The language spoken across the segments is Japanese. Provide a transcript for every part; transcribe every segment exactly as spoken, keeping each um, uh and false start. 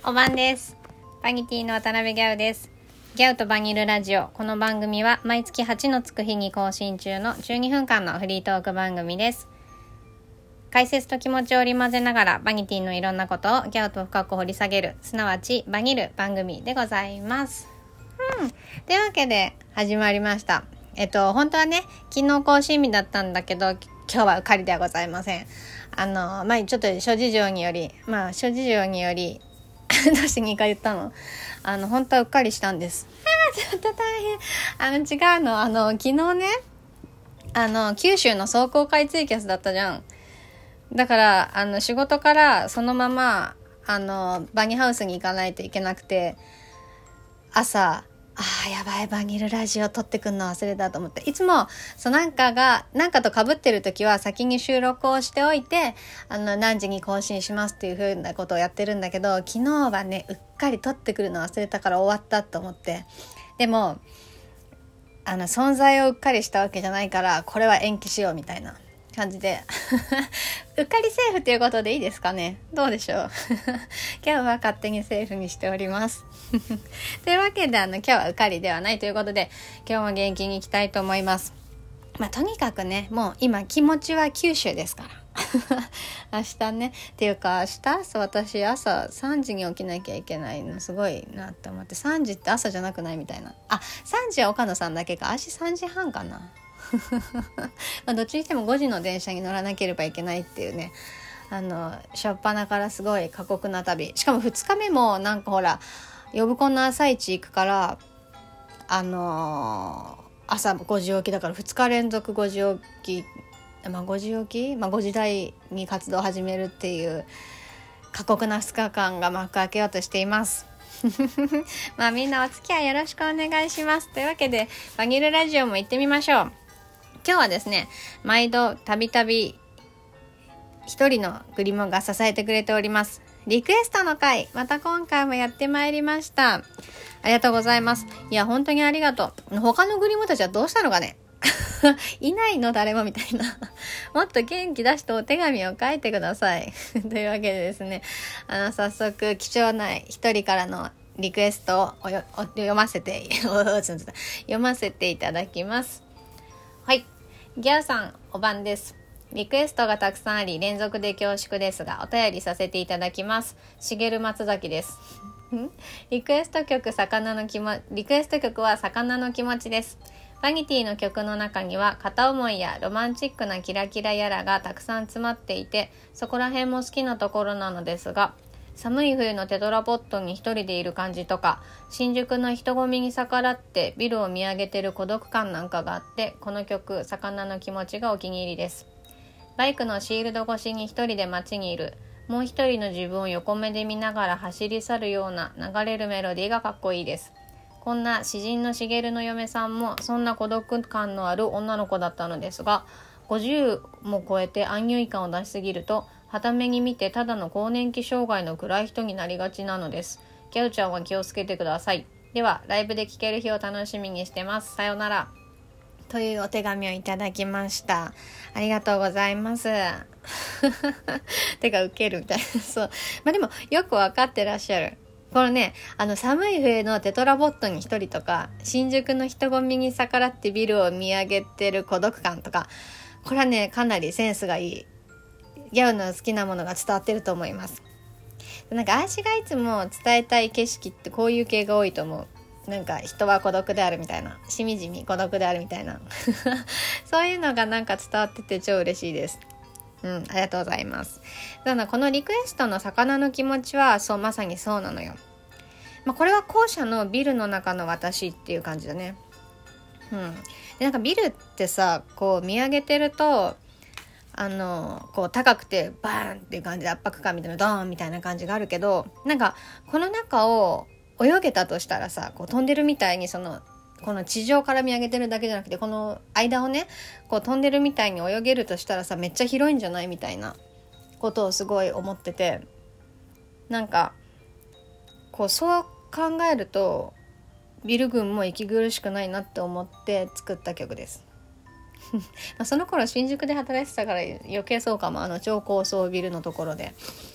おばんです。バニティの渡辺ギャウです。ギャウとバニルラジオ。この番組は毎月はちのつく日に更新中のじゅうにふんかんのフリートーク番組です。解説と気持ちを織り交ぜながらバニティのいろんなことをギャウと深く掘り下げる、すなわちバニル番組でございます。うん。というわけで始まりました。えっと本当はね、昨日更新日だったんだけど、今日はうっかりではございません。あのまあちょっと諸事情により、まあ諸事情によりどうしてにかい言ったの？あの本当はうっかりしたんです。あーちょっと大変。あの違うの。あの昨日ね、あの九州の壮行会ツイキャスだったじゃん。だからあの仕事からそのままあのバニハウスに行かないといけなくて、朝あーやばい、バニルラジオ撮ってくんの忘れたと思って、いつもそうなんかがなんかと被ってる時は先に収録をしておいて、あの何時に更新しますっていう風なことをやってるんだけど、昨日はねうっかり撮ってくるの忘れたから終わったと思って、でもあの存在をうっかりしたわけじゃないから、これは延期しようみたいな感じでうっかりセーフということでいいですかね。どうでしょう今日は勝手にセーフにしておりますというわけであの今日はうっかりではないということで、今日も元気にいきたいと思います。まあとにかくね、もう今気持ちは九州ですから明日ね、っていうか明日朝私朝さんじに起きなきゃいけないのすごいなって思って、さんじって朝じゃなくないみたいな。あ、さんじは岡野さんだけか、明日さんじはんかなまあどっちにしてもごじの電車に乗らなければいけないっていうね、あの初っ端からすごい過酷な旅。しかもふつかめもなんかほら呼ぶ子の朝一行くから、あのー、朝ごじ起きだからふつか連続ごじ起き、まあごじ起き、まあごじ台に活動を始めるっていう過酷なふつかかんが幕開けようとしていますまあみんなお付き合いよろしくお願いします。というわけでバニルラジオも行ってみましょう。今日はですね、毎度たびたび一人のグリモンが支えてくれておりますリクエストの回、また今回もやってまいりました。ありがとうございます。いや本当にありがとう。他のグリモンたちはどうしたのかねいないの誰もみたいなもっと元気出してお手紙を書いてくださいというわけでですね、あの早速貴重な一人からのリクエストをおよお読ませて読ませていただきます。はい、ギャーさんお晩です。リクエストがたくさんあり連続で恐縮ですがお便りさせていただきます。しげる松崎ですリクエスト曲魚の気もリクエスト曲は魚の気持ちです。バニティの曲の中には片思いやロマンチックなキラキラやらがたくさん詰まっていて、そこら辺も好きなところなのですが、寒い冬のテトラポットに一人でいる感じとか、新宿の人混みに逆らってビルを見上げてる孤独感なんかがあって、この曲魚の気持ちがお気に入りです。バイクのシールド越しに一人で街にいる、もう一人の自分を横目で見ながら走り去るような流れるメロディーがかっこいいです。こんな詩人のしげるの嫁さんもそんな孤独感のある女の子だったのですが、ごじゅうも超えてアンニュイ感を出しすぎると、はために見てただの更年期障害の暗い人になりがちなのです。ギャウちゃんは気をつけてください。ではライブで聴ける日を楽しみにしてます。さようなら。というお手紙をいただきました。ありがとうございますてかウケるみたいなそう、まあでもよくわかってらっしゃる。このね、あの寒い冬のテトラボットに一人とか、新宿の人混みに逆らってビルを見上げてる孤独感とか、これはねかなりセンスがいい。ギャウの好きなものが伝わってると思います。なんか私がいつも伝えたい景色ってこういう系が多いと思う。なんか人は孤独であるみたいな、しみじみ孤独であるみたいなそういうのがなんか伝わってて超嬉しいです。うん、ありがとうございます。だからこのリクエストの魚の気持ちはそう、まさにそうなのよ。まあ、これは校舎のビルの中の私っていう感じだね。うん。でなんかビルってさ、こう見上げてるとあのこう高くてバーンっていう感じで圧迫感みたいなドーンみたいな感じがあるけど、なんかこの中を泳げたとしたらさ、こう飛んでるみたいに、そのこの地上から見上げてるだけじゃなくてこの間をねこう飛んでるみたいに泳げるとしたらさ、めっちゃ広いんじゃないみたいなことをすごい思ってて、なんかこうそう考えるとビル群も息苦しくないなって思って作った曲ですまあその頃新宿で働いてたから余計そうかも。あの超高層ビルのところで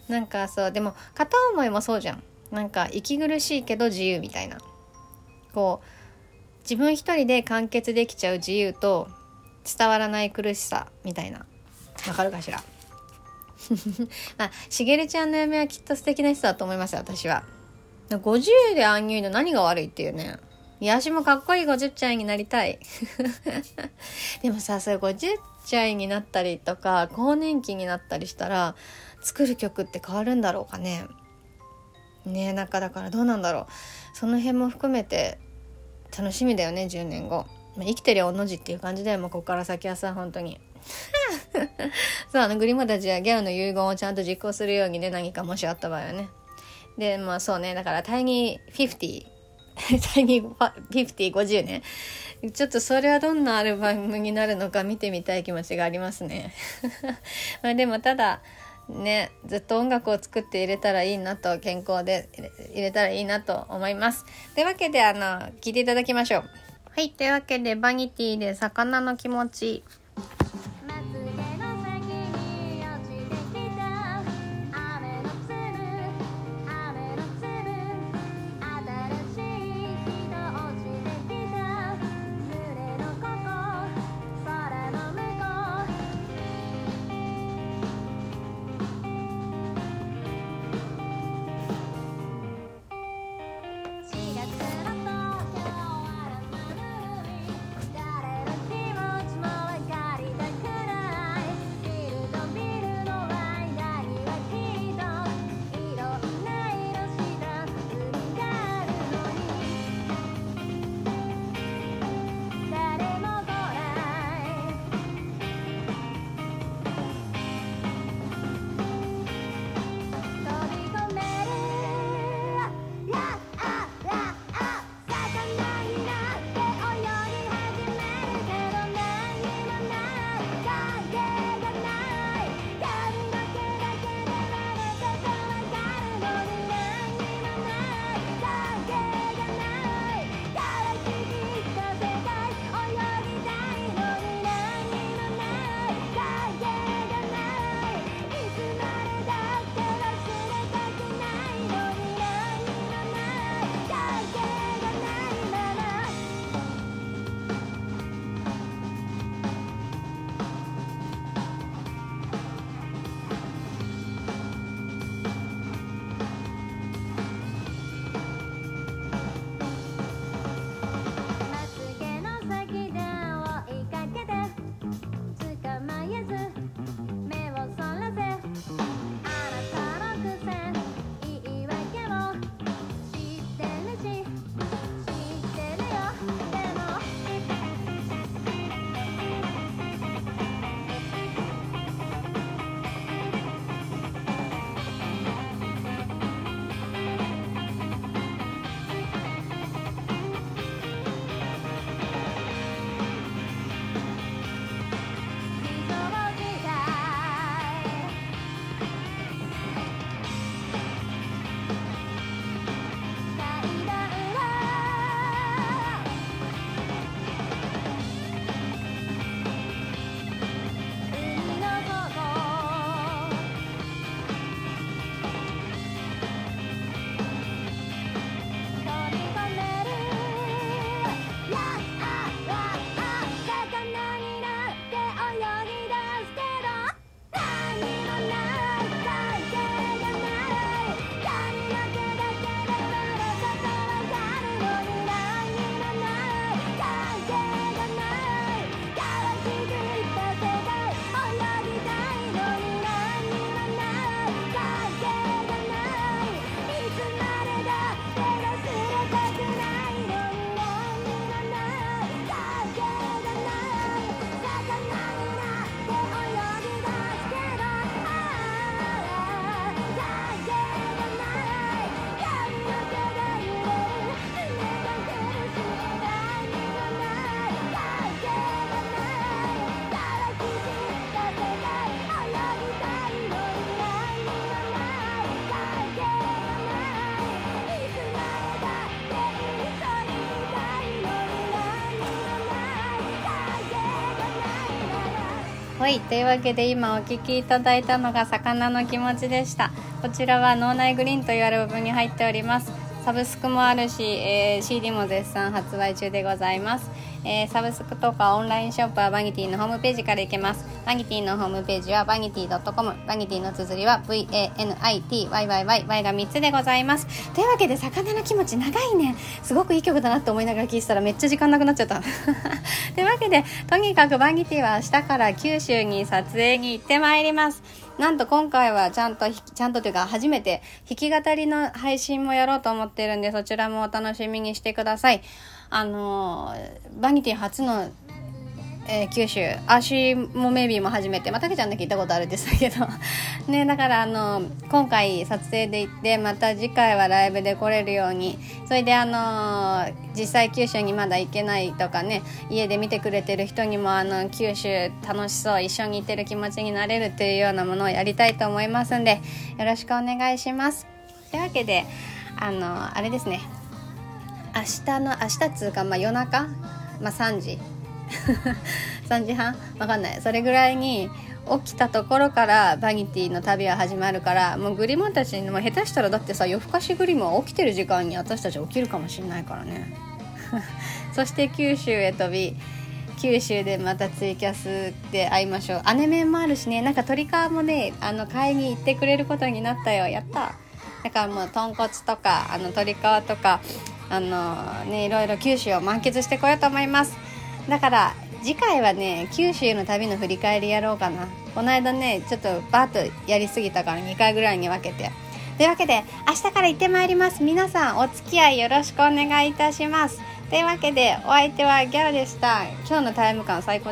なんかそう、でも片思いもそうじゃん。なんか息苦しいけど自由みたいな、こう自分一人で完結できちゃう自由と伝わらない苦しさみたいな、わかるかしらまあしげるちゃんの嫁はきっと素敵な人だと思いますよ、私は。ごじゅうであんにゅいの何が悪いっていうね。癒しもかっこいいごじゅっちゃいになりたいでもさ、それごじゅっちゃいになったりとか更年期になったりしたら作る曲って変わるんだろうかね。ねえ、なんかだからどうなんだろう。その辺も含めて楽しみだよね、じゅうねんご。まあ、生きてりゃおの字っていう感じだよ、もうここから先はさ、本当にそう、あのグリモたちはギャオの遺言をちゃんと実行するようにね、何かもしあった場合はね。で、まあそうね、だからタイニーフィフティタイニーフィフティごじゅうね。ちょっとそれはどんなアルバムになるのか見てみたい気持ちがありますねまあでもただね、ずっと音楽を作って入れたらいいなと、健康で入れたらいいなと思います。というわけであの聞いていただきましょう。はい、というわけでバニティで魚の気持ち。はい、というわけで今お聞きいただいたのが魚の気持ちでした。 こちらは脳内グリーンというアルバムに入っております。サブスクもあるし、えー、シーディー も絶賛発売中でございます。えー、サブスクとかオンラインショップはバニティのホームページから行けます。バニティのホームページはバニティ .com、 バニティの綴りは ブイエーエヌアイティーワイワイワイ、 Y がみっつでございます。というわけで、魚の気持ち長いね。すごくいい曲だなって思いながら聴いてたらめっちゃ時間なくなっちゃったというわけで、とにかくバニティは明日から九州に撮影に行ってまいります。なんと今回はちゃんとちゃんとというか初めて弾き語りの配信もやろうと思ってるんで、そちらもお楽しみにしてください。あのバニティ初の、えー、九州、アーシーもメイビーも初めて、まあ、たけちゃんだけ行ったことあるんですけどね、だからあの今回撮影で行って、また次回はライブで来れるように、それであの実際九州にまだ行けないとかね、家で見てくれてる人にもあの九州楽しそう、一緒に行ってる気持ちになれるっていうようなものをやりたいと思いますんで、よろしくお願いします。というわけで、あのあれですね、明日の明日つうか、まあ、夜中、まあ、さんじさんじはんわかんない、それぐらいに起きたところからバニティの旅は始まるから、もうグリモンたちにも下手したらだってさ、夜更かしグリモン起きてる時間に私たち起きるかもしれないからねそして九州へ飛び、九州でまたツイキャスで会いましょう。姉面もあるしね、なんか鳥川もね、あの買いに行ってくれることになったよ。やった。だからもう豚骨とかあの鳥川とかあのね、いろいろ九州を満喫してこようと思います。だから次回はね、九州の旅の振り返りやろうかな。この間ね、ちょっとバーッとやりすぎたからにかいぐらいに分けて。というわけで、明日から行ってまいります。皆さんお付き合いよろしくお願いいたします。というわけで、お相手はギャルでした。今日のタイム感最高